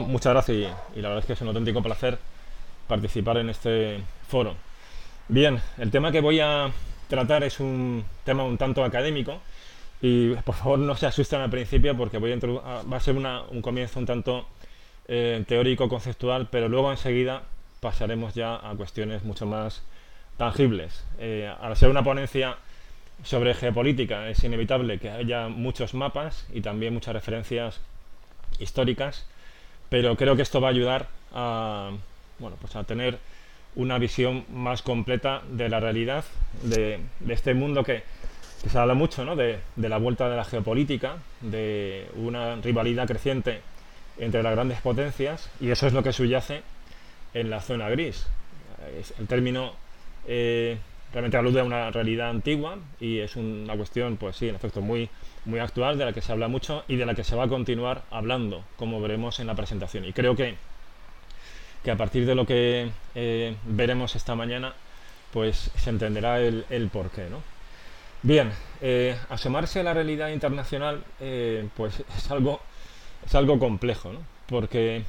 muchas gracias y la verdad es que es un auténtico placer participar en este foro. Bien, el tema que voy a tratar es un tema un tanto académico y por favor no se asusten al principio porque va a ser un comienzo un tanto teórico, conceptual, pero luego enseguida pasaremos ya a cuestiones mucho más tangibles. Al ser una ponencia sobre geopolítica es inevitable que haya muchos mapas y también muchas referencias históricas, pero creo que esto va a ayudar a, bueno, pues a tener una visión más completa de la realidad de este mundo que se habla mucho, ¿no? De la vuelta de la geopolítica, de una rivalidad creciente entre las grandes potencias, y eso es lo que subyace en la zona gris. El término realmente alude a una realidad antigua y es una cuestión, pues sí, en efecto, muy actual, de la que se habla mucho y de la que se va a continuar hablando, como veremos en la presentación. Y creo que a partir de lo que veremos esta mañana, pues se entenderá el porqué, ¿no? Bien, asomarse a la realidad internacional, pues es algo complejo, ¿no? Porque,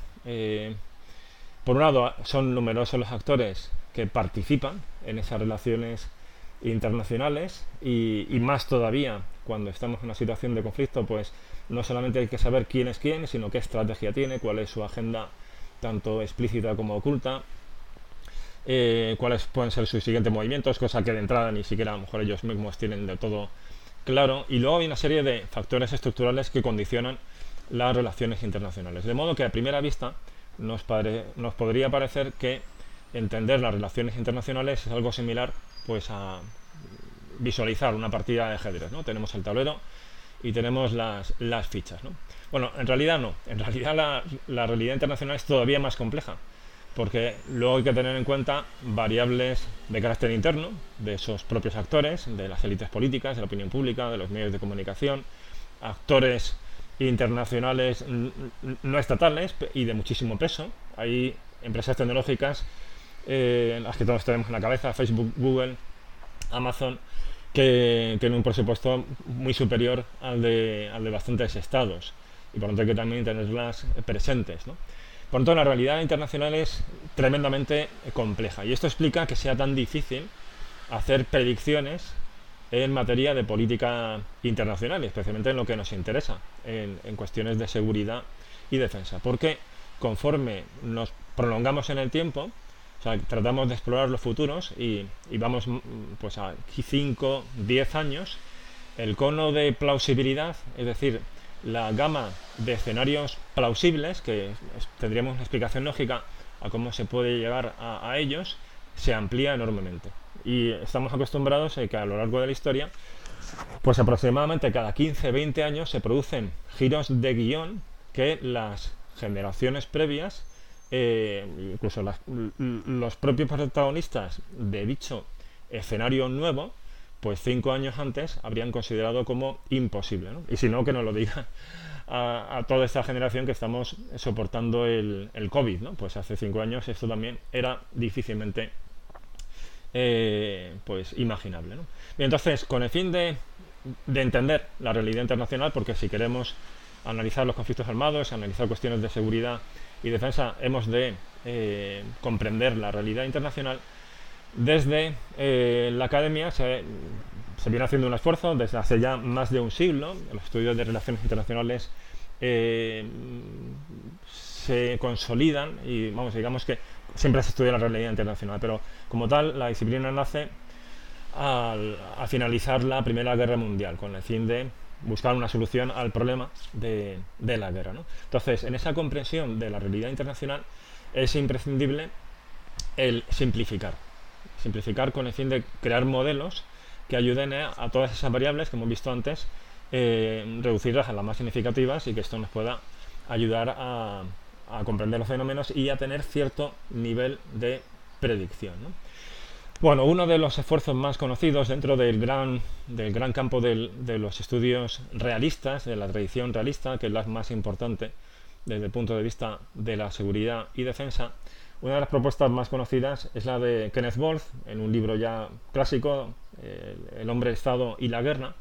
por un lado, son numerosos los actores que participan en esas relaciones internacionales y más todavía cuando estamos en una situación de conflicto, pues no solamente hay que saber quién es quién, sino qué estrategia tiene, cuál es su agenda tanto explícita como oculta, cuáles pueden ser sus siguientes movimientos, cosa que de entrada ni siquiera a lo mejor ellos mismos tienen de todo claro, y luego hay una serie de factores estructurales que condicionan las relaciones internacionales. De modo que a primera vista nos podría parecer que entender las relaciones internacionales es algo similar pues a visualizar una partida de ajedrez, ¿no? Tenemos el tablero y tenemos las fichas, ¿no? Bueno, en realidad no. En realidad la realidad internacional es todavía más compleja, porque luego hay que tener en cuenta variables de carácter interno, de esos propios actores, de las élites políticas, de la opinión pública, de los medios de comunicación, actores internacionales no estatales y de muchísimo peso. Hay empresas tecnológicas, las que todos tenemos en la cabeza, Facebook, Google, Amazon, que tienen un presupuesto muy superior al de bastantes estados y por lo tanto hay que también tenerlas presentes, ¿no? Por lo tanto, la realidad internacional es tremendamente compleja y esto explica que sea tan difícil hacer predicciones en materia de política internacional, especialmente en lo que nos interesa, en cuestiones de seguridad y defensa, porque conforme nos prolongamos en el tiempo, o sea, tratamos de explorar los futuros y vamos pues a 5, 10 años, el cono de plausibilidad, es decir, la gama de escenarios plausibles, que tendríamos una explicación lógica a cómo se puede llegar a ellos, se amplía enormemente. Y estamos acostumbrados a que a lo largo de la historia, pues aproximadamente cada 15, 20 años se producen giros de guión que las generaciones previas, incluso los propios protagonistas de dicho escenario nuevo, pues 5 años antes habrían considerado como imposible, ¿no? Y si no, que nos lo diga a toda esta generación que estamos soportando el COVID, ¿no? Pues hace 5 años esto también era difícilmente pues imaginable, ¿no? Bien, entonces, con el fin de entender la realidad internacional, porque si queremos analizar los conflictos armados, analizar cuestiones de seguridad y defensa, hemos de comprender la realidad internacional. Desde la academia se viene haciendo un esfuerzo desde hace ya más de un siglo. Los estudios de relaciones internacionales se consolidan y vamos, digamos que siempre se estudia la realidad internacional, pero como tal la disciplina nace a finalizar la Primera Guerra Mundial con el fin de buscar una solución al problema de la guerra, ¿no? Entonces, en esa comprensión de la realidad internacional es imprescindible el simplificar con el fin de crear modelos que ayuden a todas esas variables que hemos visto antes, reducirlas a las más significativas y que esto nos pueda ayudar a comprender los fenómenos y a tener cierto nivel de predicción, ¿no? Bueno, uno de los esfuerzos más conocidos dentro del gran campo de los estudios realistas, de la tradición realista, que es la más importante desde el punto de vista de la seguridad y defensa, una de las propuestas más conocidas es la de Kenneth Wolf, en un libro ya clásico, El hombre, Estado y la guerra,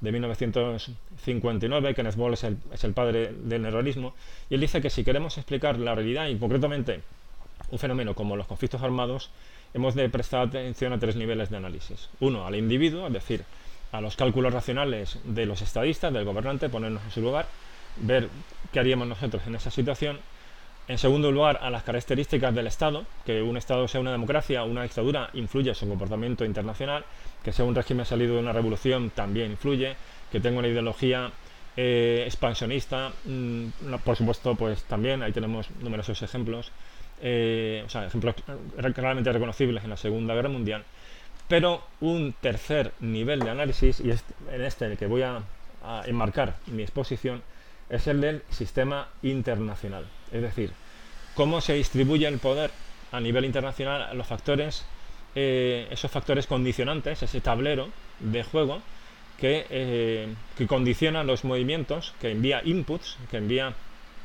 de 1959. Kenneth Ball es el padre del neorrealismo, y él dice que si queremos explicar la realidad y concretamente un fenómeno como los conflictos armados, hemos de prestar atención a tres niveles de análisis. Uno, al individuo, es decir, a los cálculos racionales de los estadistas, del gobernante, ponernos en su lugar, ver qué haríamos nosotros en esa situación. En segundo lugar, a las características del Estado, que un Estado sea una democracia o una dictadura influye en su comportamiento internacional, que sea un régimen salido de una revolución también influye, que tenga una ideología expansionista, por supuesto, pues también, ahí tenemos numerosos ejemplos, ejemplos claramente reconocibles en la Segunda Guerra Mundial. Pero un tercer nivel de análisis, y es en este en el que voy a enmarcar mi exposición, es el del sistema internacional. Es decir, cómo se distribuye el poder a nivel internacional, los factores, esos factores condicionantes, ese tablero de juego que condiciona los movimientos, que envía inputs, que envía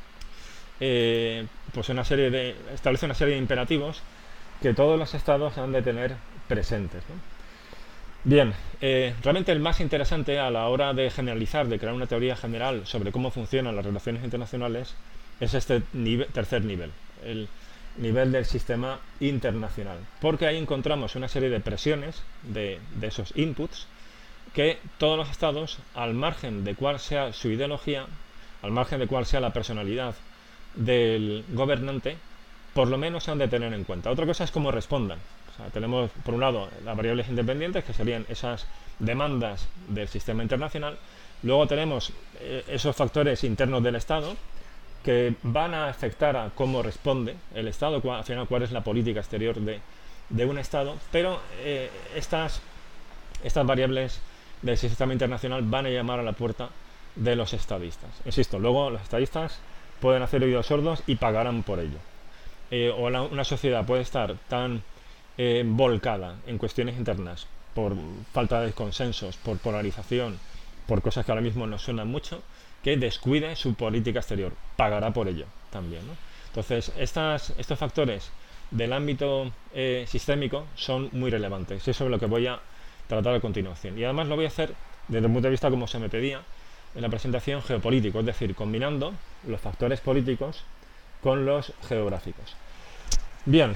pues establece una serie de imperativos que todos los estados han de tener presentes, ¿no? Bien, realmente el más interesante a la hora de generalizar, de crear una teoría general sobre cómo funcionan las relaciones internacionales, es este tercer nivel, el nivel del sistema internacional, porque ahí encontramos una serie de presiones de esos inputs que todos los estados, al margen de cuál sea su ideología, al margen de cuál sea la personalidad del gobernante, por lo menos se han de tener en cuenta. Otra cosa es cómo respondan. O sea, tenemos, por un lado, las variables independientes, que serían esas demandas del sistema internacional. Luego tenemos esos factores internos del Estado, que van a afectar a cómo responde el Estado, al final cuál es la política exterior de un Estado. Pero estas variables del sistema internacional van a llamar a la puerta de los estadistas. Insisto, luego los estadistas pueden hacer oídos sordos y pagarán por ello. Una sociedad puede estar tan volcada en cuestiones internas por falta de consensos, por polarización, por cosas que ahora mismo nos suenan mucho, que descuide su política exterior. Pagará por ello también, ¿no? Entonces, estos factores del ámbito sistémico son muy relevantes. Eso es lo que voy a tratar a continuación. Y además lo voy a hacer desde el punto de vista, como se me pedía en la presentación, geopolítico, es decir, combinando los factores políticos con los geográficos. Bien,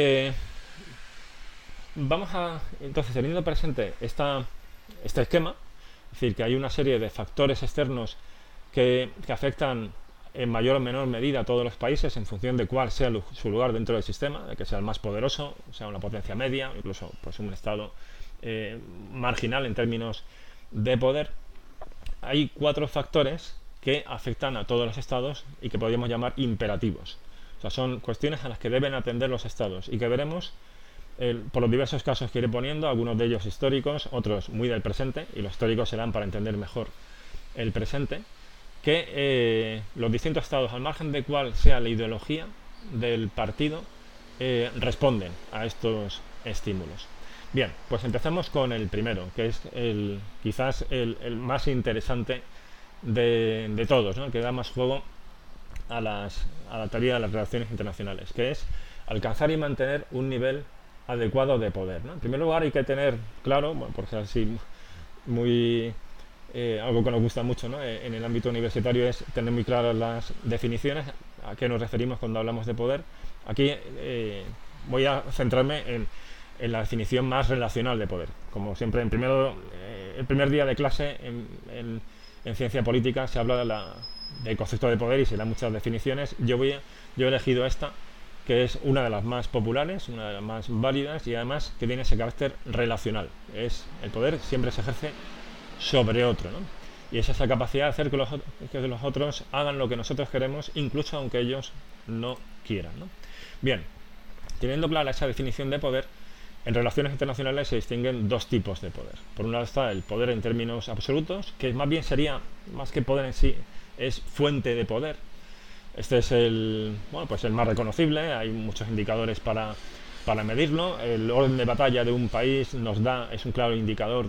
vamos a, entonces, teniendo presente este esquema, es decir, que hay una serie de factores externos que afectan en mayor o menor medida a todos los países en función de cuál sea su lugar dentro del sistema, de que sea el más poderoso, sea una potencia media, incluso pues un estado marginal en términos de poder. Hay 4 factores que afectan a todos los estados y que podríamos llamar imperativos. O sea, son cuestiones a las que deben atender los estados y que veremos por los diversos casos que iré poniendo, algunos de ellos históricos, otros muy del presente, y los históricos serán para entender mejor el presente, que los distintos estados, al margen de cuál sea la ideología del partido, responden a estos estímulos. Bien, pues empezamos con el primero, que es quizás el más interesante de todos, ¿no? El que da más juego a la teoría de las relaciones internacionales, que es alcanzar y mantener un nivel adecuado de poder, ¿no? En primer lugar hay que tener claro, bueno, por ser así muy algo que nos gusta mucho, ¿no? En el ámbito universitario, es tener muy claras las definiciones, a qué nos referimos cuando hablamos de poder. Aquí voy a centrarme en la definición más relacional de poder. Como siempre, el primer día de clase en ciencia política se habla del concepto de poder y se dan muchas definiciones. Yo he elegido esta, que es una de las más populares, una de las más válidas y además que tiene ese carácter relacional. El poder siempre se ejerce sobre otro, ¿no? Y es esa capacidad de hacer que los otros hagan lo que nosotros queremos, incluso aunque ellos no quieran, ¿no? Bien, teniendo clara esa definición de poder, en relaciones internacionales se distinguen 2 tipos de poder. Por un lado está el poder en términos absolutos, que más bien sería, más que poder en sí, es fuente de poder. Este es el más reconocible, hay muchos indicadores para medirlo. El orden de batalla de un país es un claro indicador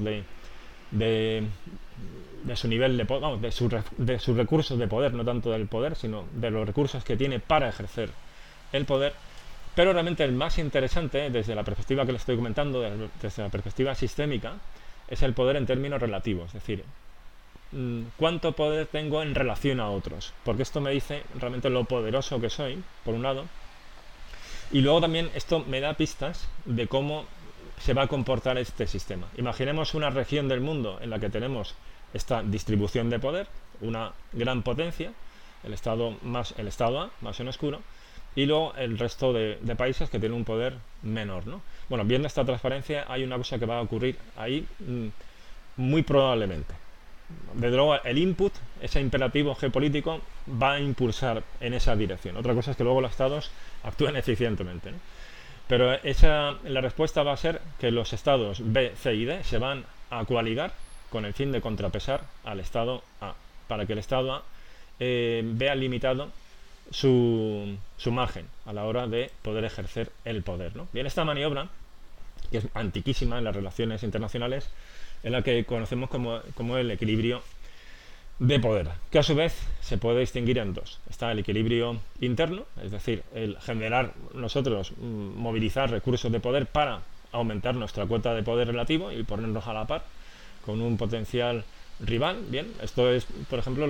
de su nivel de poder, de sus recursos de poder, no tanto del poder, sino de los recursos que tiene para ejercer el poder. Pero realmente el más interesante, desde la perspectiva que les estoy comentando, desde la perspectiva sistémica, es el poder en términos relativos. Es decir, cuánto poder tengo en relación a otros, porque esto me dice realmente lo poderoso que soy, por un lado, y luego también esto me da pistas de cómo se va a comportar este sistema. Imaginemos una región del mundo en la que tenemos esta distribución de poder, una gran potencia, el estado A, más en oscuro, y luego el resto de países que tienen un poder menor, ¿no? Bueno, viendo esta transparencia hay una cosa que va a ocurrir ahí muy probablemente. Desde luego el input, ese imperativo geopolítico, va a impulsar en esa dirección. Otra cosa es que luego los estados actúen eficientemente, ¿no? Pero la respuesta va a ser que los estados B, C y D se van a coaligar con el fin de contrapesar al estado A, para que el estado A vea limitado su margen a la hora de poder ejercer el poder, ¿no? Bien, esta maniobra, que es antiquísima en las relaciones internacionales, es la que conocemos como el equilibrio de poder, que a su vez se puede distinguir en dos. Está el equilibrio interno, es decir, el generar nosotros, movilizar recursos de poder para aumentar nuestra cuota de poder relativo y ponernos a la par con un potencial rival. Bien, esto es, por ejemplo,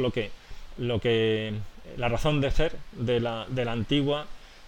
la razón de ser de la antigua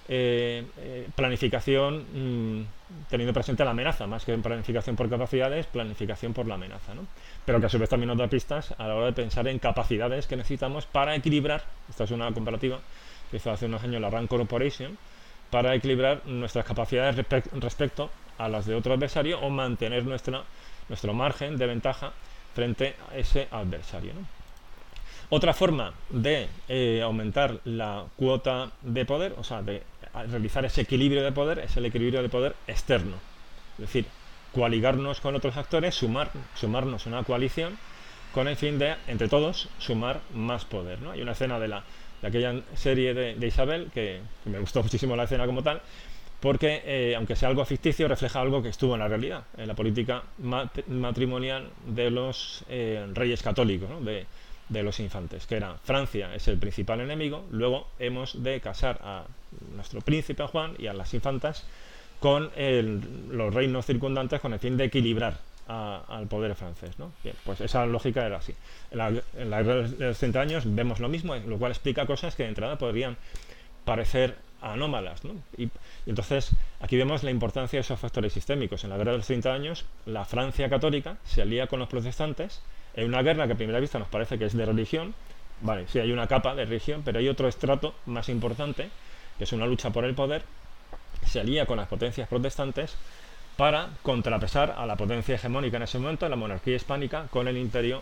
planificación, teniendo presente la amenaza, más que planificación por capacidades, planificación por la amenaza, ¿no? Pero que a su vez también nos da pistas a la hora de pensar en capacidades que necesitamos para equilibrar. Esta es una comparativa que hizo hace unos años la Rand Corporation, para equilibrar nuestras capacidades respecto a las de otro adversario o mantener nuestro margen de ventaja frente a ese adversario, ¿no? Otra forma de aumentar la cuota de poder, o sea, de realizar ese equilibrio de poder, es el equilibrio de poder externo. Es decir, coaligarnos con otros actores, sumarnos a una coalición con el fin de, entre todos, sumar más poder, ¿no? Hay una escena de aquella serie de Isabel que me gustó muchísimo la escena como tal, porque aunque sea algo ficticio, refleja algo que estuvo en la realidad, en la política matrimonial de los reyes católicos, ¿no? de los infantes, que era Francia es el principal enemigo, luego hemos de casar a nuestro príncipe Juan y a las infantas con los reinos circundantes con el fin de equilibrar al poder francés, ¿no? Bien, pues esa lógica era así. En la guerra de los 30 años vemos lo mismo, lo cual explica cosas que de entrada podrían parecer anómalas, ¿no? Y entonces aquí vemos la importancia de esos factores sistémicos. En la guerra de los 30 años la Francia católica se alía con los protestantes en una guerra que a primera vista nos parece que es de religión. Vale, sí hay una capa de religión, pero hay otro estrato más importante, que es una lucha por el poder. Se alía con las potencias protestantes para contrapesar a la potencia hegemónica en ese momento, la monarquía hispánica, con el imperio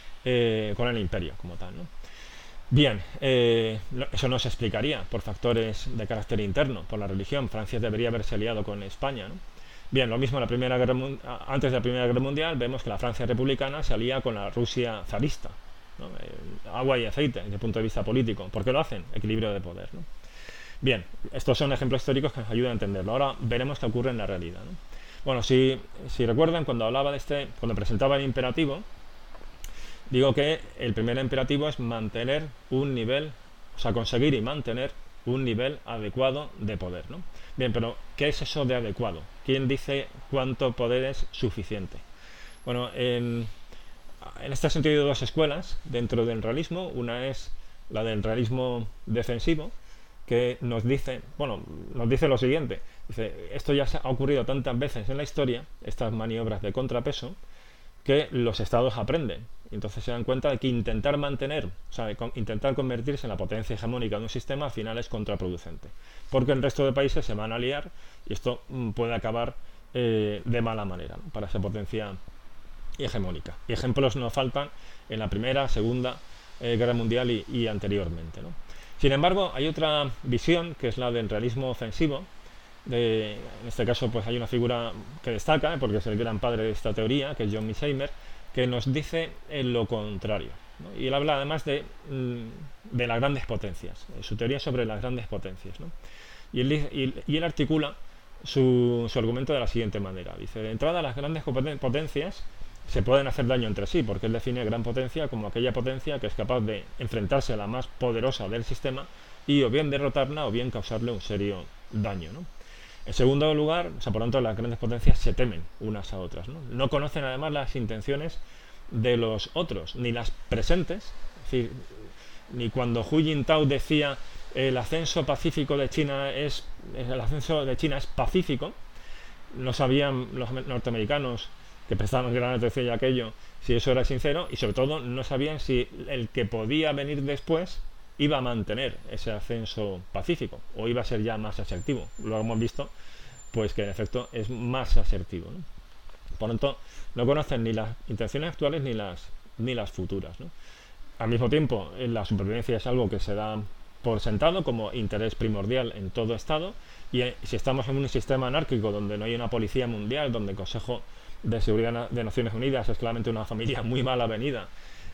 como tal, ¿no? Bien, eso no se explicaría por factores de carácter interno, por la religión. Francia debería haberse aliado con España, ¿no? Bien, lo mismo antes de la Primera Guerra Mundial, vemos que la Francia republicana se alía con la Rusia zarista, ¿no? Agua y aceite desde el punto de vista político. ¿Por qué lo hacen? Equilibrio de poder, ¿no? Bien, estos son ejemplos históricos que nos ayudan a entenderlo. Ahora veremos qué ocurre en la realidad, ¿no? Bueno, si recuerdan, cuando hablaba cuando presentaba el imperativo, digo que el primer imperativo es mantener un nivel, o sea, conseguir y mantener un nivel adecuado de poder, ¿no? Bien, pero ¿qué es eso de adecuado? ¿Quién dice cuánto poder es suficiente? Bueno, en este sentido hay dos escuelas dentro del realismo. Una es la del realismo defensivo, que nos dice lo siguiente. Dice, esto ya ha ocurrido tantas veces en la historia, estas maniobras de contrapeso, que los estados aprenden. Y entonces se dan cuenta de que intentar intentar convertirse en la potencia hegemónica de un sistema al final es contraproducente. Porque el resto de países se van a aliar y esto puede acabar de mala manera, ¿no? Para esa potencia hegemónica. Y ejemplos nos faltan en la Primera, Segunda Guerra Mundial y anteriormente, ¿no? Sin embargo, hay otra visión que es la del realismo ofensivo. En este caso pues hay una figura que destaca, porque es el gran padre de esta teoría, que es John Mearsheimer, que nos dice lo contrario, ¿no? Y él habla además de las grandes potencias, su teoría sobre las grandes potencias, ¿no? Y él articula su argumento de la siguiente manera. Dice, de entrada, las grandes potencias se pueden hacer daño entre sí, porque él define gran potencia como aquella potencia que es capaz de enfrentarse a la más poderosa del sistema y o bien derrotarla o bien causarle un serio daño, ¿no? En segundo lugar, por lo tanto, las grandes potencias se temen unas a otras, ¿no? No conocen además las intenciones de los otros, ni las presentes. Es decir, ni cuando Hu Jintao decía el ascenso de China es pacífico, no sabían los norteamericanos, que prestaban gran atención a aquello, si eso era sincero, y sobre todo no sabían si el que podía venir después iba a mantener ese ascenso pacífico o iba a ser ya más asertivo. Lo hemos visto, pues que en efecto es más asertivo, ¿no? Por lo tanto, no conocen ni las intenciones actuales ni las futuras, ¿no? Al mismo tiempo, la supervivencia es algo que se da por sentado como interés primordial en todo Estado, y si estamos en un sistema anárquico donde no hay una policía mundial, donde el Consejo de Seguridad de Naciones Unidas es claramente una familia muy mal avenida,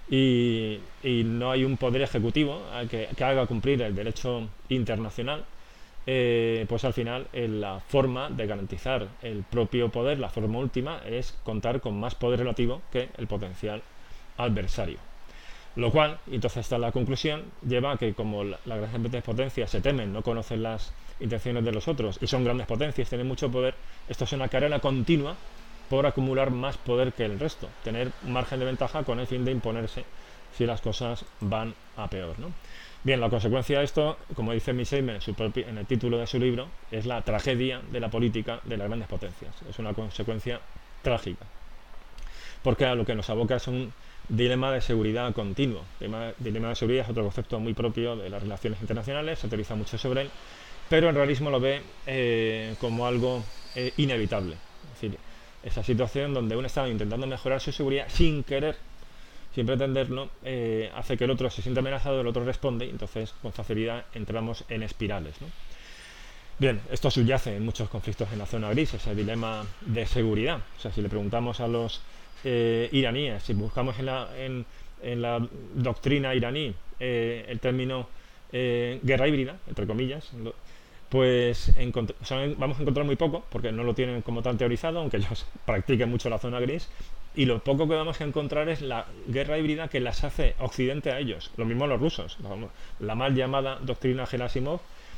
y no hay un poder ejecutivo que haga cumplir el derecho internacional, pues al final la forma de garantizar el propio poder, la forma última, es contar con más poder relativo que el potencial adversario. Lo cual, y entonces está la conclusión, lleva a que como las grandes potencias se temen, no conocen las intenciones de los otros y son grandes potencias, tienen mucho poder, esto es una carrera continua por acumular más poder que el resto, tener margen de ventaja con el fin de imponerse si las cosas van a peor, ¿no? Bien, la consecuencia de esto, como dice Miseime en el título de su libro, es la tragedia de la política de las grandes potencias. Es una consecuencia trágica, porque a lo que nos aboca es un dilema de seguridad continuo. Dilema de seguridad es otro concepto muy propio de las relaciones internacionales, se teoriza mucho sobre él, pero el realismo lo ve como algo inevitable. Es decir, esa situación donde un Estado intentando mejorar su seguridad sin querer, sin pretenderlo, hace que el otro se sienta amenazado, el otro responde, y entonces con facilidad entramos en espirales, ¿no? Bien, esto subyace en muchos conflictos en la zona gris, ese dilema de seguridad. O sea, si le preguntamos a los iraníes, si buscamos en la doctrina iraní el término guerra híbrida, entre comillas, pues vamos a encontrar muy poco, porque no lo tienen como tan teorizado, aunque ellos practiquen mucho la zona gris, y lo poco que vamos a encontrar es la guerra híbrida que las hace Occidente a ellos. Lo mismo los rusos, la mal llamada doctrina Gerasimov,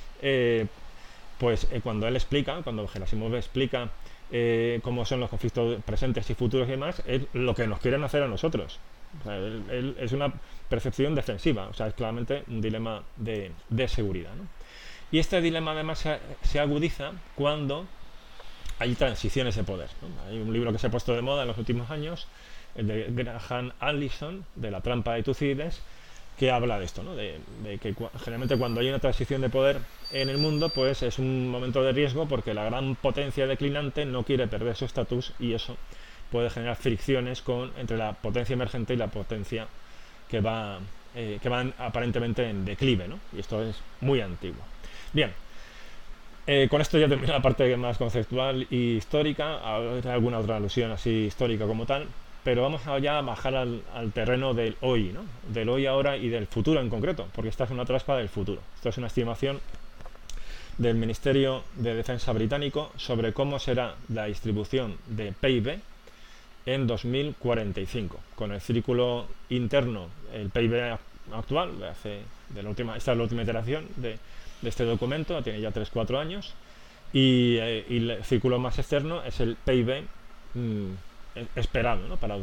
cuando Gerasimov explica cómo son los conflictos presentes y futuros y demás, es lo que nos quieren hacer a nosotros. O sea, es una percepción defensiva, o sea, es claramente un dilema de seguridad, ¿no? Y este dilema además se agudiza cuando hay transiciones de poder, ¿no? Hay un libro que se ha puesto de moda en los últimos años, el de Graham Allison, de La trampa de Tucídides, que habla de esto, ¿no? de que generalmente cuando hay una transición de poder en el mundo, pues es un momento de riesgo porque la gran potencia declinante no quiere perder su estatus, y eso puede generar fricciones entre la potencia emergente y la potencia que van aparentemente en declive, ¿no? Y esto es muy antiguo. Bien, con esto ya termina la parte más conceptual y histórica. Habrá alguna otra alusión así histórica como tal, pero vamos ya a bajar al terreno del hoy, ¿no? Del hoy ahora y del futuro en concreto, porque esta es una traspa del futuro. Esto es una estimación del Ministerio de Defensa británico sobre cómo será la distribución de PIB en 2045, con el círculo interno, el PIB actual, esta es la última iteración de este documento, tiene ya 3-4 años, y el círculo más externo es el PIB esperado, ¿no?, para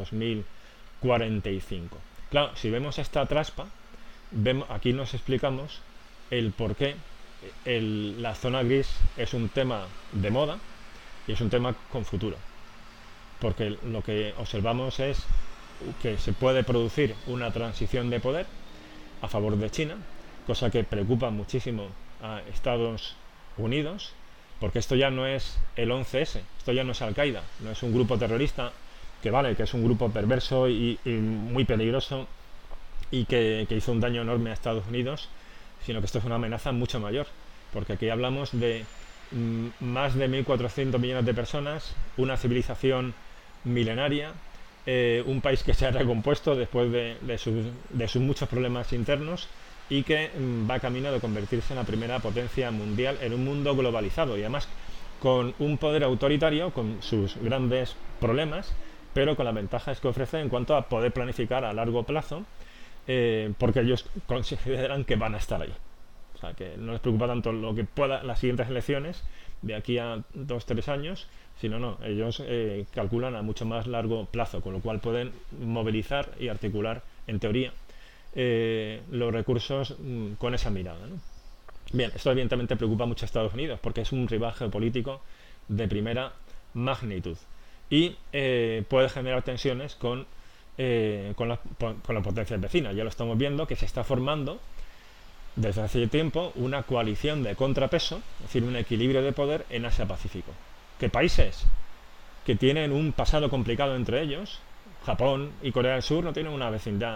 2045. Claro, si vemos esta traspa, aquí nos explicamos el por qué la zona gris es un tema de moda y es un tema con futuro. Porque lo que observamos es que se puede producir una transición de poder a favor de China, cosa que preocupa muchísimo a Estados Unidos, porque esto ya no es el 11S, esto ya no es Al-Qaeda, no es un grupo terrorista que es un grupo perverso y muy peligroso y que hizo un daño enorme a Estados Unidos, sino que esto es una amenaza mucho mayor, porque aquí hablamos de más de 1.400 millones de personas, una civilización milenaria, un país que se ha recompuesto después de sus muchos problemas internos y que va camino de convertirse en la primera potencia mundial en un mundo globalizado, y además con un poder autoritario con sus grandes problemas, pero con las ventajas que ofrece en cuanto a poder planificar a largo plazo, porque ellos consideran que van a estar ahí. O sea, que no les preocupa tanto lo que pueda las siguientes elecciones de aquí a 2-3 años, sino no, ellos calculan a mucho más largo plazo, con lo cual pueden movilizar y articular, en teoría, los recursos con esa mirada, ¿no? Bien, esto evidentemente preocupa mucho a Estados Unidos porque es un rival geopolítico de primera magnitud y puede generar tensiones con las potencias vecinas. Ya lo estamos viendo que se está formando desde hace tiempo una coalición de contrapeso, es decir, un equilibrio de poder en Asia-Pacífico. ¿Qué países que tienen un pasado complicado entre ellos? Japón y Corea del Sur no tienen una vecindad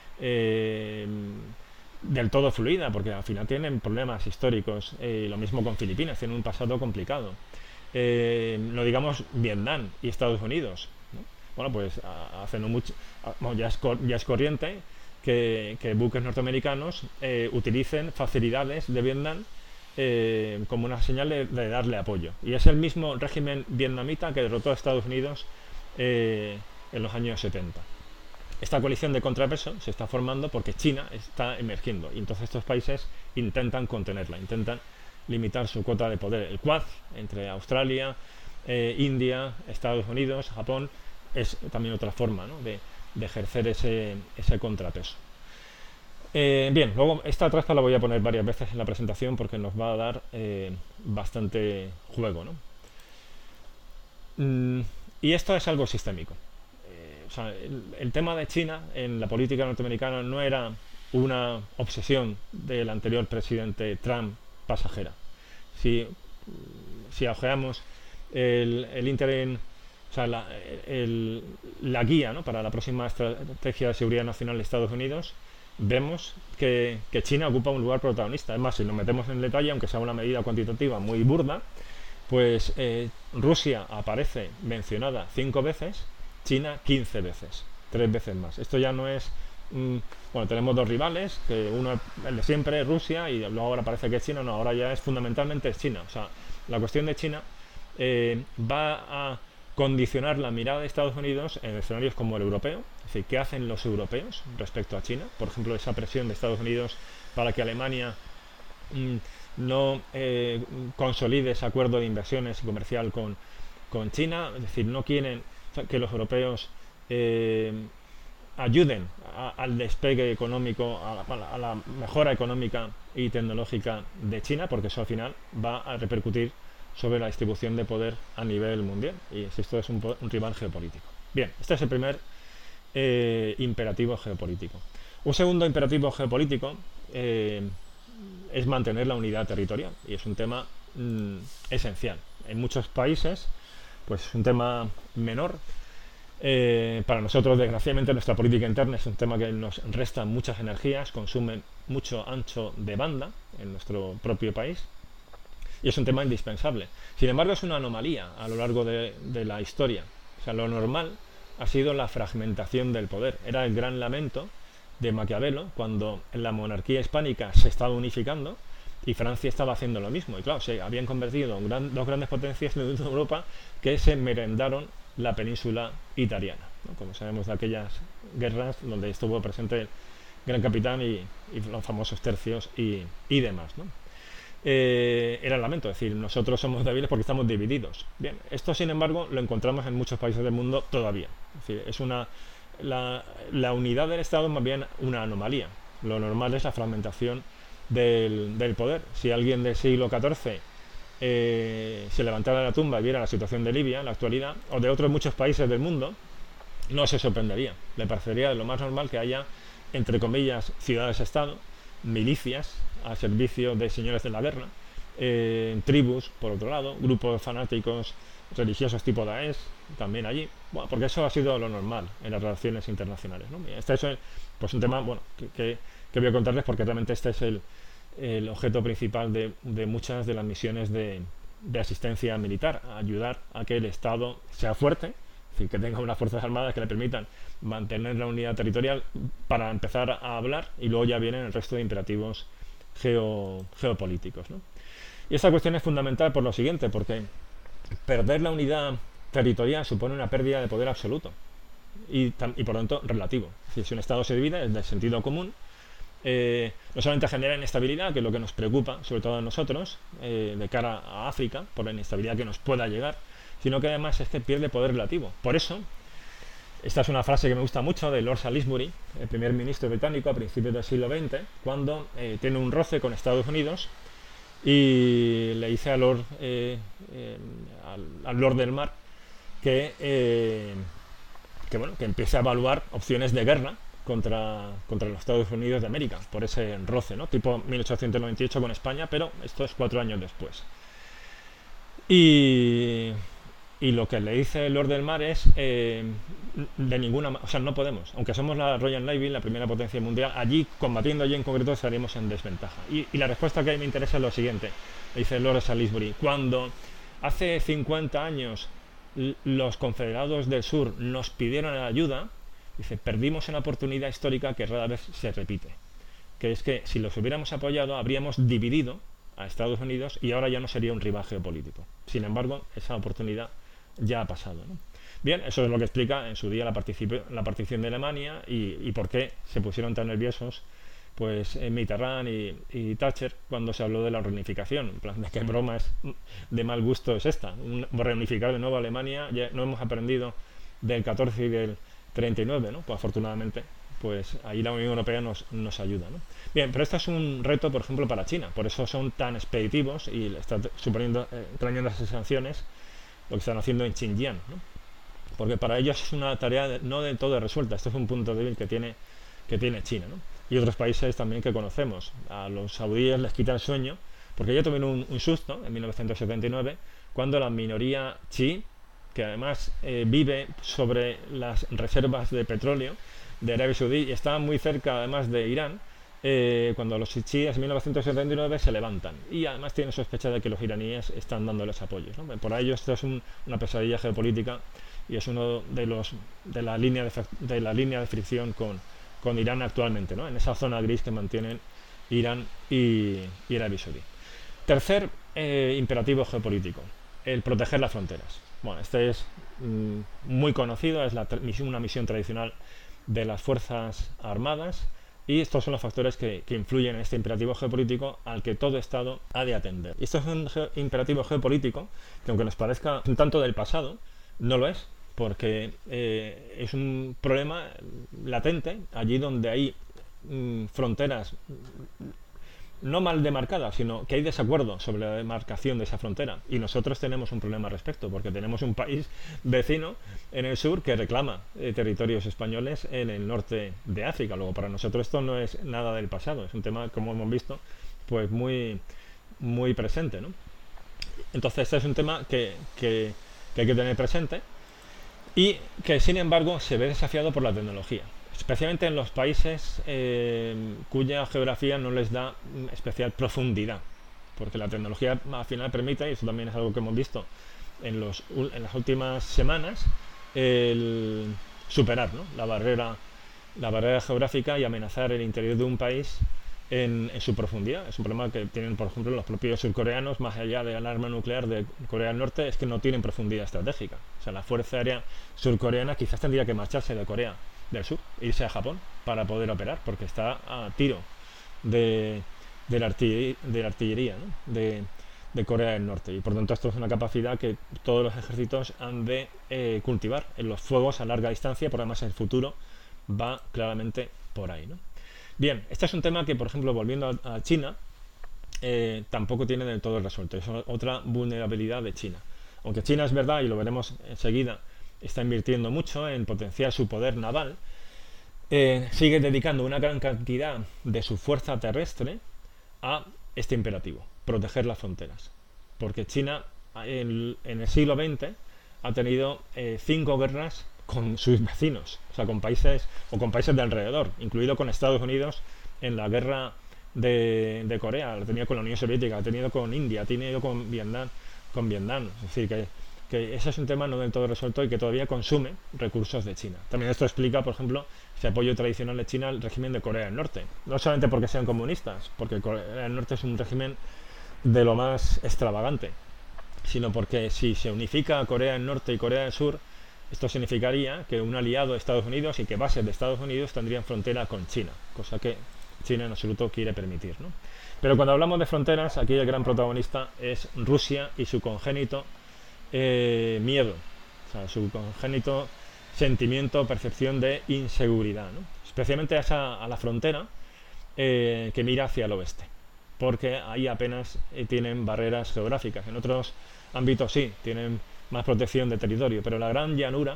del todo fluida, porque al final tienen problemas históricos. Lo mismo con Filipinas, tienen un pasado complicado. No digamos Vietnam y Estados Unidos, ¿no? Bueno, pues hace no mucho, bueno, ya es corriente que buques norteamericanos utilicen facilidades de Vietnam como una señal de darle apoyo. Y es el mismo régimen vietnamita que derrotó a Estados Unidos en los años 70. Esta coalición de contrapeso se está formando porque China está emergiendo y entonces estos países intentan contenerla, intentan limitar su cuota de poder. El Quad, entre Australia, India, Estados Unidos, Japón, es también otra forma, ¿no?, de ejercer ese contrapeso. Bien, luego esta trazca la voy a poner varias veces en la presentación porque nos va a dar bastante juego, ¿no? Y esto es algo sistémico. O sea, el tema de China en la política norteamericana no era una obsesión del anterior presidente Trump pasajera. Si ojeamos el interim, o sea, la guía, ¿no?, para la próxima estrategia de seguridad nacional de Estados Unidos, vemos que China ocupa un lugar protagonista. Es más, si nos metemos en detalle, aunque sea una medida cuantitativa muy burda, pues Rusia aparece mencionada 5 veces, China 15 veces, 3 veces más. Esto ya no es... bueno, tenemos dos rivales, que uno es el de siempre, Rusia, y luego ahora parece que es China. No, ahora ya es fundamentalmente es China. O sea, la cuestión de China va a condicionar la mirada de Estados Unidos en escenarios como el europeo. Es decir, ¿qué hacen los europeos respecto a China? Por ejemplo, esa presión de Estados Unidos para que Alemania no consolide ese acuerdo de inversiones y comercial con China. Es decir, no quieren que los europeos ayuden al despegue económico, a la mejora económica y tecnológica de China, porque eso al final va a repercutir sobre la distribución de poder a nivel mundial, y esto es un rival geopolítico. Bien, este es el primer imperativo geopolítico. Un segundo imperativo geopolítico es mantener la unidad territorial, y es un tema esencial. En muchos países, pues es un tema menor. Para nosotros, desgraciadamente, nuestra política interna es un tema que nos resta muchas energías, consume mucho ancho de banda en nuestro propio país, y es un tema indispensable. Sin embargo, es una anomalía a lo largo de la historia. O sea, lo normal ha sido la fragmentación del poder. Era el gran lamento de Maquiavelo cuando la monarquía hispánica se estaba unificando y Francia estaba haciendo lo mismo. Y claro, se habían convertido en dos grandes potencias de Europa que se merendaron la península italiana, ¿no? Como sabemos de aquellas guerras donde estuvo presente el Gran Capitán y los famosos tercios y demás, ¿no? Era el lamento, es decir, nosotros somos débiles porque estamos divididos. Bien, esto sin embargo lo encontramos en muchos países del mundo todavía. Es decir, es la unidad del Estado es más bien una anomalía. Lo normal es la fragmentación del poder. Si alguien del siglo XIV se levantara de la tumba y viera la situación de Libia en la actualidad, o de otros muchos países del mundo, no se sorprendería. Le parecería de lo más normal que haya, entre comillas, ciudades-estado, milicias al servicio de señores de la guerra, tribus, por otro lado, grupos fanáticos religiosos tipo Daesh, también allí. Bueno, porque eso ha sido lo normal en las relaciones internacionales, ¿no? Este es pues un tema, bueno, que voy a contarles porque realmente este es el objeto principal de muchas de las misiones de asistencia militar, ayudar a que el Estado sea fuerte, es decir, que tenga unas fuerzas armadas que le permitan mantener la unidad territorial para empezar a hablar, y luego ya vienen el resto de imperativos geopolíticos, ¿no? Y esta cuestión es fundamental por lo siguiente, porque perder la unidad territorial supone una pérdida de poder absoluto y por lo tanto relativo. Es decir, si un Estado se divide, es del sentido común no solamente genera inestabilidad, que es lo que nos preocupa, sobre todo a nosotros, de cara a África, por la inestabilidad que nos pueda llegar, sino que además es que pierde poder relativo. Por eso, esta es una frase que me gusta mucho de Lord Salisbury, el primer ministro británico a principios del siglo XX, cuando tiene un roce con Estados Unidos y le dice al Lord del Mar que empiece a evaluar opciones de guerra contra los Estados Unidos de América, por ese roce, ¿no? Tipo 1898 con España, pero esto es 4 años después. Y, y lo que le dice el Lord del Mar es o sea, no podemos, aunque somos la Royal Navy, la primera potencia mundial, allí, combatiendo allí en concreto, estaríamos en desventaja. Y la respuesta que a mí me interesa es lo siguiente, le dice el Lord Salisbury: cuando hace 50 años los confederados del sur nos pidieron ayuda, dice, perdimos una oportunidad histórica que rara vez se repite, que es que si los hubiéramos apoyado habríamos dividido a Estados Unidos y ahora ya no sería un rival geopolítico. Sin embargo, esa oportunidad ya ha pasado, ¿no? Bien, eso es lo que explica en su día la partición de Alemania y por qué se pusieron tan nerviosos pues Mitterrand y Thatcher cuando se habló de la reunificación. En plan, de qué broma de mal gusto es esta, reunificar de nuevo a Alemania. Ya no hemos aprendido del 14 y del 39, ¿no? Pues afortunadamente, pues ahí la Unión Europea nos ayuda, ¿no? Bien, pero esto es un reto, por ejemplo, para China, por eso son tan expeditivos y le están trayendo esas sanciones, lo que están haciendo en Xinjiang, ¿no? Porque para ellos es una tarea no del todo resuelta. Esto es un punto débil que tiene China, ¿no? Y otros países también que conocemos. A los saudíes les quita el sueño, porque ya tuvieron un susto en 1979, cuando la minoría chií, que además vive sobre las reservas de petróleo de Arabia Saudí y está muy cerca además de Irán, cuando los chiíes en 1979 se levantan y además tienen sospecha de que los iraníes están dándoles apoyos, ¿no? Por ello esto es una pesadilla geopolítica y es uno de la línea de fricción con Irán actualmente, ¿no? En esa zona gris que mantienen Irán y Arabia Saudí. Tercer imperativo geopolítico, el proteger las fronteras. Bueno, este es muy conocido, es una misión tradicional de las Fuerzas Armadas y estos son los factores que influyen en este imperativo geopolítico al que todo Estado ha de atender. Y esto es un imperativo geopolítico que, aunque nos parezca un tanto del pasado, no lo es, porque es un problema latente allí donde hay fronteras no mal demarcadas, sino que hay desacuerdo sobre la demarcación de esa frontera. Y nosotros tenemos un problema al respecto, porque tenemos un país vecino en el sur que reclama territorios españoles en el norte de África. Luego, para nosotros esto no es nada del pasado, es un tema, como hemos visto, pues muy, muy presente, ¿no? Entonces, este es un tema que hay que tener presente y que, sin embargo, se ve desafiado por la tecnología, especialmente en los países cuya geografía no les da especial profundidad, porque la tecnología al final permite, y eso también es algo que hemos visto en las últimas semanas, el superar, ¿no?, la barrera geográfica y amenazar el interior de un país en su profundidad. Es un problema que tienen, por ejemplo, los propios surcoreanos, más allá del arma nuclear de Corea del Norte, es que no tienen profundidad estratégica. O sea, la Fuerza Aérea surcoreana quizás tendría que marcharse de Corea del Sur, irse a Japón para poder operar, porque está a tiro de la artillería, ¿no?, de Corea del Norte. Y por tanto esto es una capacidad que todos los ejércitos han de cultivar en los fuegos a larga distancia, porque además el futuro va claramente por ahí, ¿no? Bien, este es un tema que, por ejemplo, volviendo a China, tampoco tiene del todo resuelto. Es otra vulnerabilidad de China. Aunque China, es verdad, y lo veremos enseguida, está invirtiendo mucho en potenciar su poder naval, sigue dedicando una gran cantidad de su fuerza terrestre a este imperativo, proteger las fronteras. Porque China en el siglo XX ha tenido 5 guerras con sus vecinos, o sea, con países de alrededor, incluido con Estados Unidos en la guerra de Corea, la tenía con la Unión Soviética, la ha tenido con India, ha tenido con Vietnam. Es decir, que ese es un tema no del todo resuelto y que todavía consume recursos de China. También esto explica, por ejemplo, ese apoyo tradicional de China al régimen de Corea del Norte. No solamente porque sean comunistas, porque Corea del Norte es un régimen de lo más extravagante, sino porque si se unifica Corea del Norte y Corea del Sur, esto significaría que un aliado de Estados Unidos y que bases de Estados Unidos tendrían frontera con China, cosa que China en absoluto quiere permitir, ¿no? Pero cuando hablamos de fronteras, aquí el gran protagonista es Rusia y su congénito miedo, o sea, su congénito sentimiento, percepción de inseguridad, ¿no? Especialmente a la frontera que mira hacia el oeste, porque ahí apenas tienen barreras geográficas. En otros ámbitos sí, tienen más protección de territorio, pero la gran llanura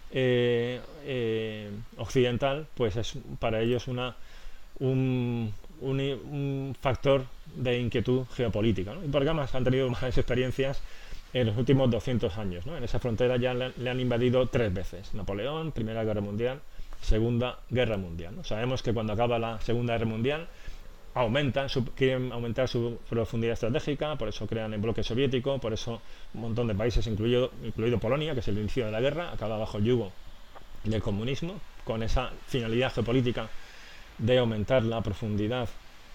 occidental, pues es para ellos un factor de inquietud geopolítica, ¿no? Y porque además han tenido malas experiencias en los últimos 200 años, ¿no? En esa frontera ya le han invadido 3 veces. Napoleón, Primera Guerra Mundial, Segunda Guerra Mundial, ¿no? Sabemos que cuando acaba la Segunda Guerra Mundial quieren aumentar su profundidad estratégica, por eso crean el bloque soviético, por eso un montón de países, incluido Polonia, que es el inicio de la guerra, acaba bajo el yugo del comunismo, con esa finalidad geopolítica de aumentar la profundidad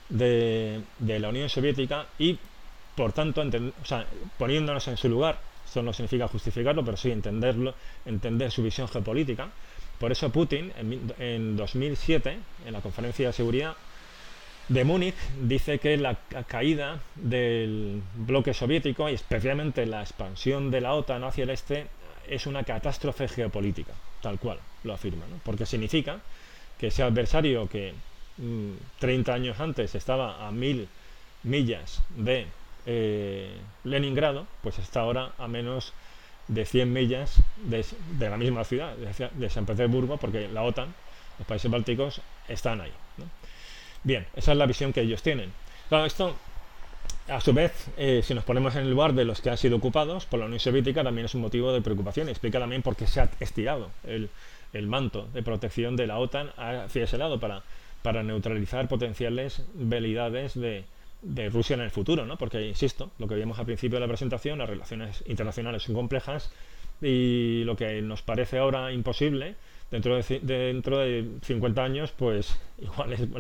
de la Unión Soviética y, por tanto, poniéndonos en su lugar. Esto no significa justificarlo, pero sí entender su visión geopolítica. Por eso Putin, en 2007, en la Conferencia de Seguridad de Múnich, dice que la caída del bloque soviético y especialmente la expansión de la OTAN hacia el este es una catástrofe geopolítica, tal cual lo afirma, ¿no? Porque significa que ese adversario que 30 años antes estaba a 1000 millas de Leningrado, pues está ahora a menos de 100 millas de la misma ciudad, de San Petersburgo, porque la OTAN, los países bálticos, están ahí, ¿no? Bien, esa es la visión que ellos tienen. Claro, esto, a su vez, si nos ponemos en el lugar de los que han sido ocupados por la Unión Soviética, también es un motivo de preocupación. Explica también por qué se ha estirado el manto de protección de la OTAN hacia ese lado para neutralizar potenciales veleidades de Rusia en el futuro, ¿no? Porque, insisto, lo que vimos al principio de la presentación, las relaciones internacionales son complejas y lo que nos parece ahora imposible, dentro de 50 años, pues igual es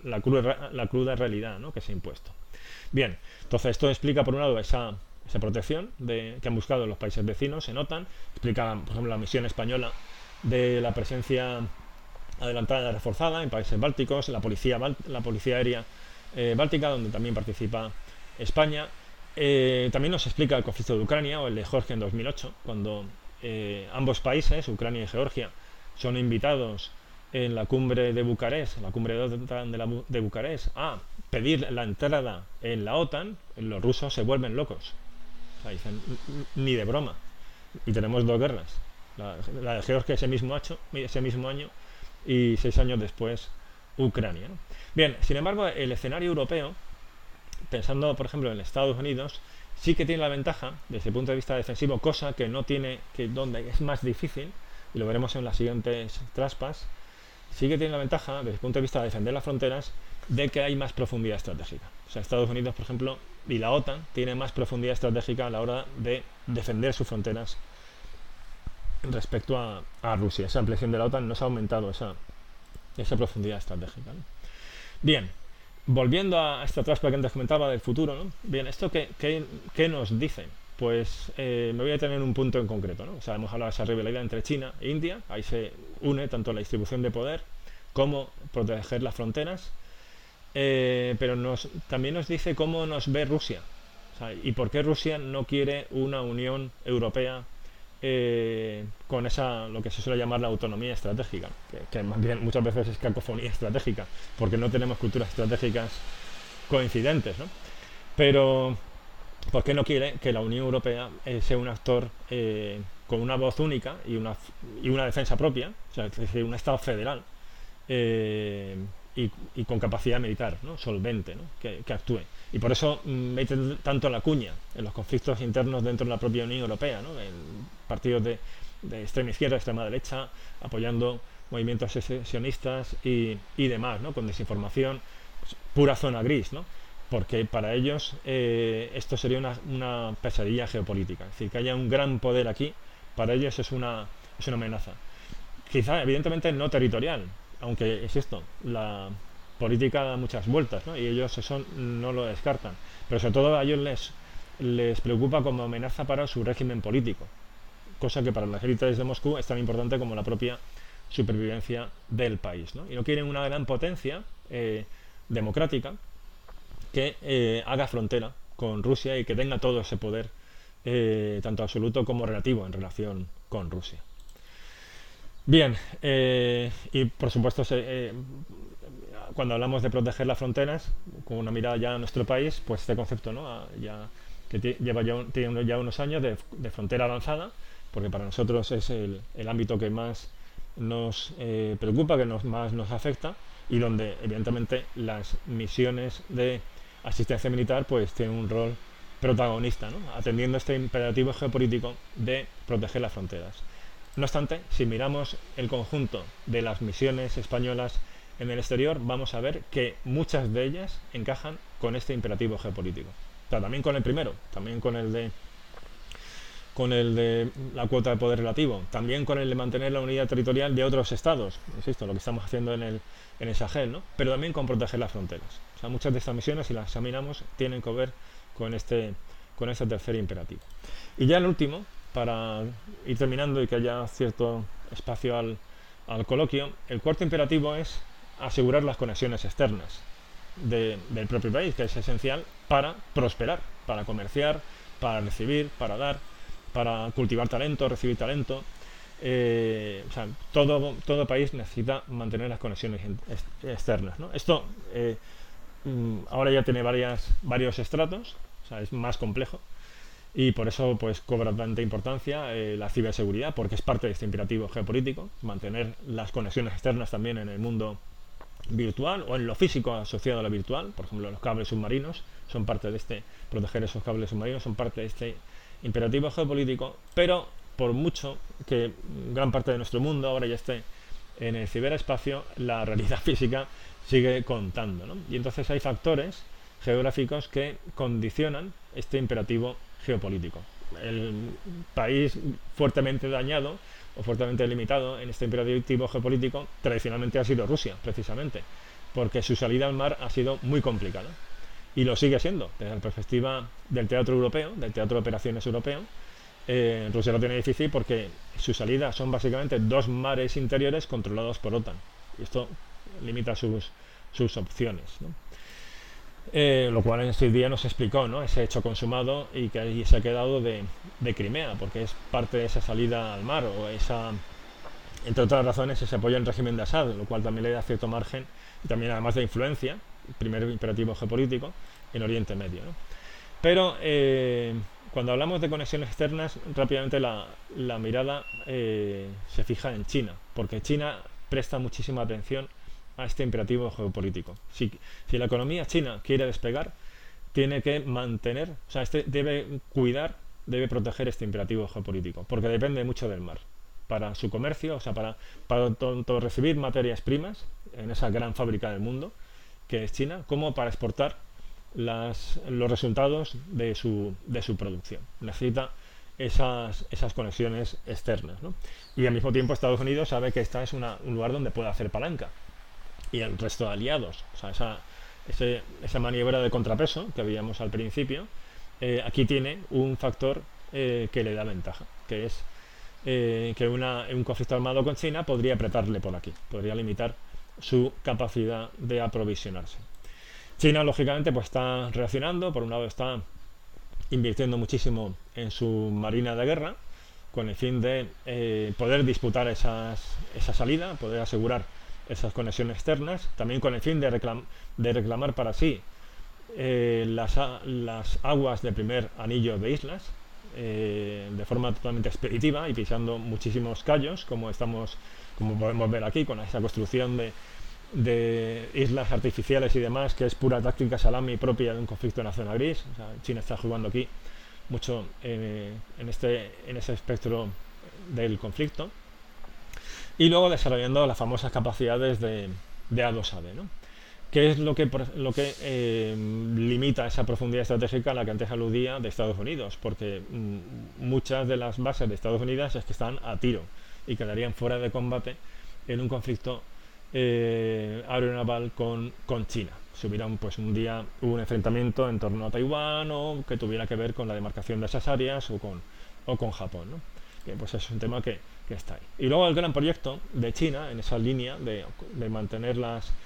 la cruda realidad, ¿no?, que se ha impuesto. Bien, entonces esto explica, por un lado, esa protección que han buscado los países vecinos en OTAN, explica, por ejemplo, la misión española de la presencia adelantada reforzada en países bálticos, la policía aérea báltica, donde también participa España. También nos explica el conflicto de Ucrania o el de Georgia en 2008, cuando ambos países, Ucrania y Georgia, son invitados en la cumbre de Bucarest, la cumbre de OTAN de Bucarest, a pedir la entrada en la OTAN. Los rusos se vuelven locos. O sea, dicen, ni de broma. Y tenemos 2 guerras. La de Georgia ese mismo año y 6 años después Ucrania, ¿no? Bien, sin embargo, el escenario europeo, pensando por ejemplo en Estados Unidos, sí que tiene la ventaja desde el punto de vista defensivo, cosa que no tiene, donde es más difícil, y lo veremos en las siguientes traspas, sí que tiene la ventaja desde el punto de vista de defender las fronteras, de que hay más profundidad estratégica. O sea, Estados Unidos, por ejemplo, y la OTAN tiene más profundidad estratégica a la hora de defender sus fronteras respecto a Rusia. Esa ampliación de la OTAN nos ha aumentado esa profundidad estratégica, ¿no? Bien, volviendo a esta traspa que antes comentaba del futuro, ¿no? Bien, ¿esto qué nos dice? Pues me voy a detener en un punto en concreto, ¿no? O sea, hemos hablado de esa rivalidad entre China e India, ahí se une tanto la distribución de poder como proteger las fronteras, pero también nos dice cómo nos ve Rusia, o sea, y por qué Rusia no quiere una Unión Europea con lo que se suele llamar la autonomía estratégica, que más bien muchas veces es cacofonía estratégica, porque no tenemos culturas estratégicas coincidentes, ¿no? Pero ¿por qué no quiere que la Unión Europea sea un actor con una voz única y una defensa propia, o sea, es decir, un Estado federal y con capacidad militar, ¿no?, solvente, ¿no?, que actúe? Y por eso mete tanto la cuña en los conflictos internos dentro de la propia Unión Europea, ¿no?, en partidos de extrema izquierda, extrema derecha, apoyando movimientos secesionistas y demás, ¿no?, con desinformación, pues, pura zona gris, ¿no?, porque para ellos esto sería una pesadilla geopolítica. Es decir, que haya un gran poder aquí, para ellos es una amenaza. Quizá, evidentemente, no territorial, aunque es esto, la política da muchas vueltas, ¿no?, y ellos eso no lo descartan, pero sobre todo a ellos les preocupa como amenaza para su régimen político, cosa que para las élites de Moscú es tan importante como la propia supervivencia del país, ¿no? Y no quieren una gran potencia democrática que haga frontera con Rusia y que tenga todo ese poder, tanto absoluto como relativo, en relación con Rusia. Bien, y por supuesto, cuando hablamos de proteger las fronteras, con una mirada ya a nuestro país, pues este concepto, ¿no? Tiene ya unos años de frontera avanzada, porque para nosotros es el ámbito que más nos preocupa, que más nos afecta, y donde evidentemente las misiones de asistencia militar pues tienen un rol protagonista, ¿no? Atendiendo este imperativo geopolítico de proteger las fronteras. No obstante, si miramos el conjunto de las misiones españolas en el exterior, vamos a ver que muchas de ellas encajan con este imperativo geopolítico. O sea, también con el primero, también con el de la cuota de poder relativo, también con el de mantener la unidad territorial de otros estados, insisto, lo que estamos haciendo en el Sahel, ¿no? Pero también con proteger las fronteras. O sea, muchas de estas misiones, si las examinamos, tienen que ver con este tercer imperativo. Y ya el último, para ir terminando y que haya cierto espacio al coloquio, el cuarto imperativo es asegurar las conexiones externas del propio país, que es esencial para prosperar, para comerciar, para recibir, para dar, para cultivar talento, recibir talento. O sea, todo país necesita mantener las conexiones externas, ¿no? Esto ahora ya tiene varios estratos, o sea, es más complejo. Y por eso pues cobra tanta importancia la ciberseguridad, porque es parte de este imperativo geopolítico, mantener las conexiones externas también en el mundo virtual o en lo físico asociado a lo virtual. Por ejemplo, los cables submarinos son parte de proteger esos cables submarinos son parte de este imperativo geopolítico, pero por mucho que gran parte de nuestro mundo ahora ya esté en el ciberespacio, la realidad física sigue contando, ¿no? Y entonces hay factores geográficos que condicionan este imperativo geopolítico. El país fuertemente dañado o fuertemente limitado en este imperativo geopolítico tradicionalmente ha sido Rusia, precisamente, porque su salida al mar ha sido muy complicada y lo sigue siendo desde la perspectiva del teatro europeo, del teatro de operaciones europeo. Rusia lo tiene difícil porque su salida son básicamente 2 mares interiores controlados por OTAN y esto limita sus opciones, ¿no? Lo cual en ese día nos explicó, ¿no? Ese hecho consumado y que ahí se ha quedado de Crimea, porque es parte de esa salida al mar o entre otras razones, ese apoyo al régimen de Assad, lo cual también le da cierto margen y también además de influencia, el primer imperativo geopolítico en Oriente Medio, ¿no? Pero cuando hablamos de conexiones externas, rápidamente la mirada se fija en China, porque China presta muchísima atención a este imperativo geopolítico. Si la economía china quiere despegar, tiene que mantener, o sea, debe cuidar, debe proteger este imperativo geopolítico, porque depende mucho del mar para su comercio, o sea, para tanto recibir materias primas en esa gran fábrica del mundo que es China, como para exportar los resultados de su producción. Necesita esas conexiones externas, ¿no? Y al mismo tiempo Estados Unidos sabe que esta es un lugar donde puede hacer palanca, y el resto de aliados, o sea, esa maniobra de contrapeso que veíamos al principio, aquí tiene un factor que le da ventaja, que es que un conflicto armado con China podría apretarle por aquí, podría limitar su capacidad de aprovisionarse. China, lógicamente, pues está reaccionando. Por un lado, está invirtiendo muchísimo en su marina de guerra con el fin de poder disputar esa salida, poder asegurar esas conexiones externas, también con el fin de reclamar para sí las aguas del primer anillo de islas de forma totalmente expeditiva y pisando muchísimos callos, como podemos ver aquí, con esa construcción de islas artificiales y demás, que es pura táctica salami propia de un conflicto en la zona gris. O sea, China está jugando aquí mucho en ese espectro del conflicto. Y luego desarrollando las famosas capacidades de A2AD, ¿no? ¿Qué es lo que limita esa profundidad estratégica a la que antes aludía de Estados Unidos? Porque muchas de las bases de Estados Unidos es que están a tiro y quedarían fuera de combate en un conflicto aeronaval con China. Si hubiera un enfrentamiento en torno a Taiwán o que tuviera que ver con la demarcación de esas áreas o con Japón, ¿no? Bien, pues es un tema que está ahí. Y luego el gran proyecto de China en esa línea de mantener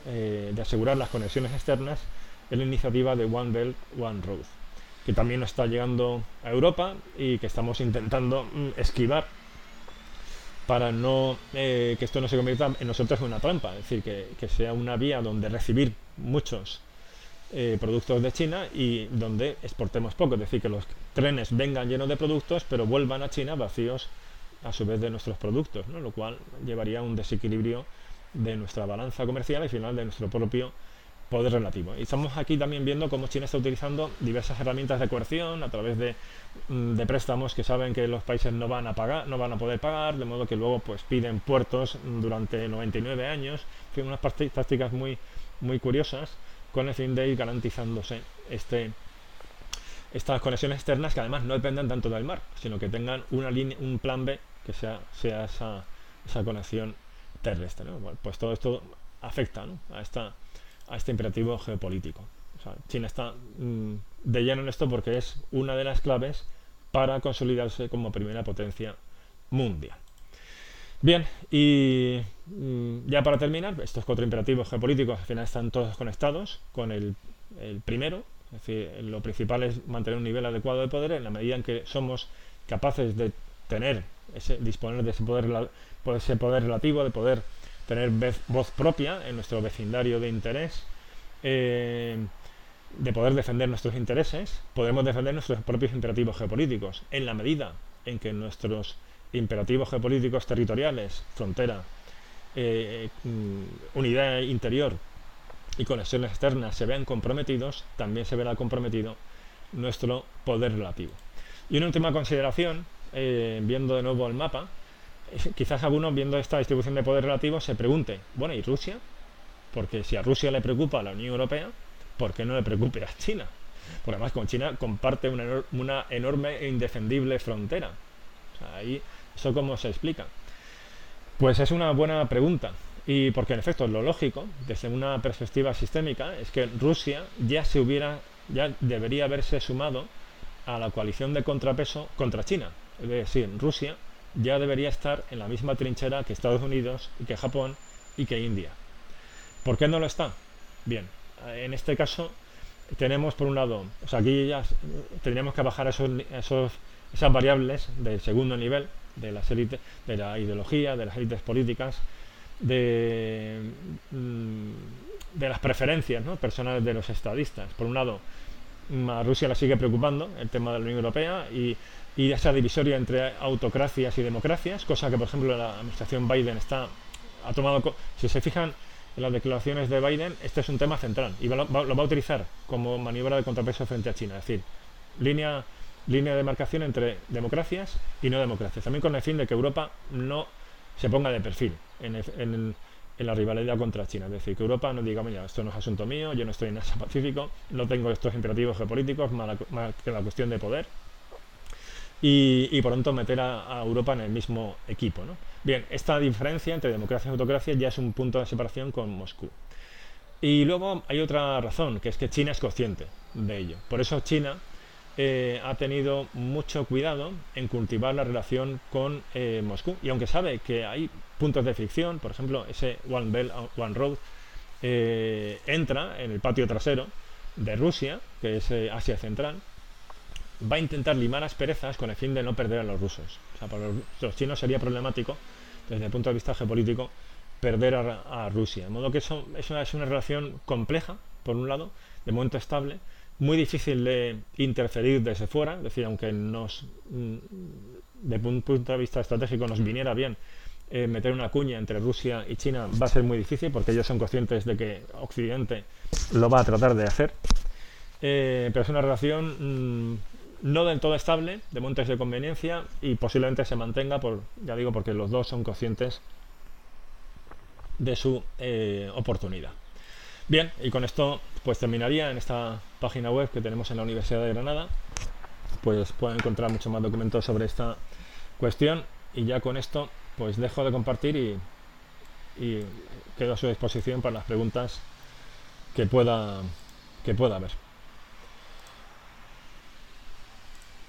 de asegurar las conexiones externas es la iniciativa de One Belt, One Road, que también nos está llegando a Europa y que estamos intentando esquivar para no que esto no se convierta en nosotros en una trampa, es decir, que sea una vía donde recibir muchos productos de China y donde exportemos poco, es decir, que los trenes vengan llenos de productos pero vuelvan a China vacíos a su vez de nuestros productos, ¿no? Lo cual llevaría a un desequilibrio de nuestra balanza comercial y al final de nuestro propio poder relativo. Y estamos aquí también viendo cómo China está utilizando diversas herramientas de coerción a través de préstamos que saben que los países no van a pagar, no van a poder pagar, de modo que luego pues piden puertos durante 99 años, en fin, unas prácticas muy, muy curiosas con el fin de ir garantizándose estas conexiones externas que además no dependan tanto del mar, sino que tengan una línea, un plan B que sea esa conexión terrestre, ¿no? Bueno, pues todo esto afecta, ¿no? a este imperativo geopolítico. O sea, China está de lleno en esto porque es una de las claves para consolidarse como primera potencia mundial. Bien, y ya para terminar, estos 4 imperativos geopolíticos al final están todos conectados con el primero, es decir, lo principal es mantener un nivel adecuado de poder en la medida en que somos capaces de disponer de ese poder relativo, de poder tener voz propia en nuestro vecindario de interés, de poder defender nuestros intereses, podemos defender nuestros propios imperativos geopolíticos en la medida en que nuestros imperativos geopolíticos territoriales, frontera, unidad interior y conexiones externas se vean comprometidos, también se verá comprometido nuestro poder relativo. Y una última consideración, viendo de nuevo el mapa, quizás algunos viendo esta distribución de poder relativo se pregunte, bueno, ¿y Rusia? Porque si a Rusia le preocupa a la Unión Europea, ¿por qué no le preocupe a China? Porque además con China comparte una enorme e indefendible frontera. O sea, ahí, ¿eso cómo se explica? Pues es una buena pregunta. Y porque en efecto lo lógico, desde una perspectiva sistémica, es que Rusia ya debería haberse sumado a la coalición de contrapeso contra China. Es decir, Rusia ya debería estar en la misma trinchera que Estados Unidos y que Japón y que India. ¿Por qué no lo está? Bien, en este caso tenemos por un lado, o sea, aquí ya tendríamos que bajar esas variables del segundo nivel de las élites, de la ideología, de las élites políticas, de las preferencias, ¿no?, personales de los estadistas. Por un lado, a Rusia la sigue preocupando el tema de la Unión Europea y esa divisoria entre autocracias y democracias, cosa que por ejemplo la administración Biden ha tomado, si se fijan en las declaraciones de Biden, este es un tema central y lo va a utilizar como maniobra de contrapeso frente a China, es decir, línea de demarcación entre democracias y no democracias, también con el fin de que Europa no se ponga de perfil en la rivalidad contra China, es decir, que Europa no diga, mira, esto no es asunto mío, yo no estoy en Asia Pacífico, no tengo estos imperativos geopolíticos más que la cuestión de poder, y por tanto meter a Europa en el mismo equipo, ¿no? Bien, esta diferencia entre democracia y autocracia ya es un punto de separación con Moscú. Y luego hay otra razón, que es que China es consciente de ello. Por eso China ha tenido mucho cuidado en cultivar la relación con Moscú. Y aunque sabe que hay puntos de fricción, por ejemplo, ese One Belt, One Road entra en el patio trasero de Rusia, que es Asia Central, va a intentar limar asperezas con el fin de no perder a los rusos. O sea, para los chinos sería problemático, desde el punto de vista geopolítico, perder a Rusia. De modo que eso es una relación compleja, por un lado, de momento estable, muy difícil de interferir desde fuera, es decir, aunque de un punto de vista estratégico nos viniera bien meter una cuña entre Rusia y China, va a ser muy difícil porque ellos son conscientes de que Occidente lo va a tratar de hacer. Pero es una relación no del todo estable, de momento es de conveniencia y posiblemente se mantenga, porque los dos son conscientes de su oportunidad. Bien, y con esto pues terminaría en esta página web que tenemos en la Universidad de Granada. Pues pueden encontrar mucho más documentos sobre esta cuestión y ya con esto pues dejo de compartir y quedo a su disposición para las preguntas que pueda haber.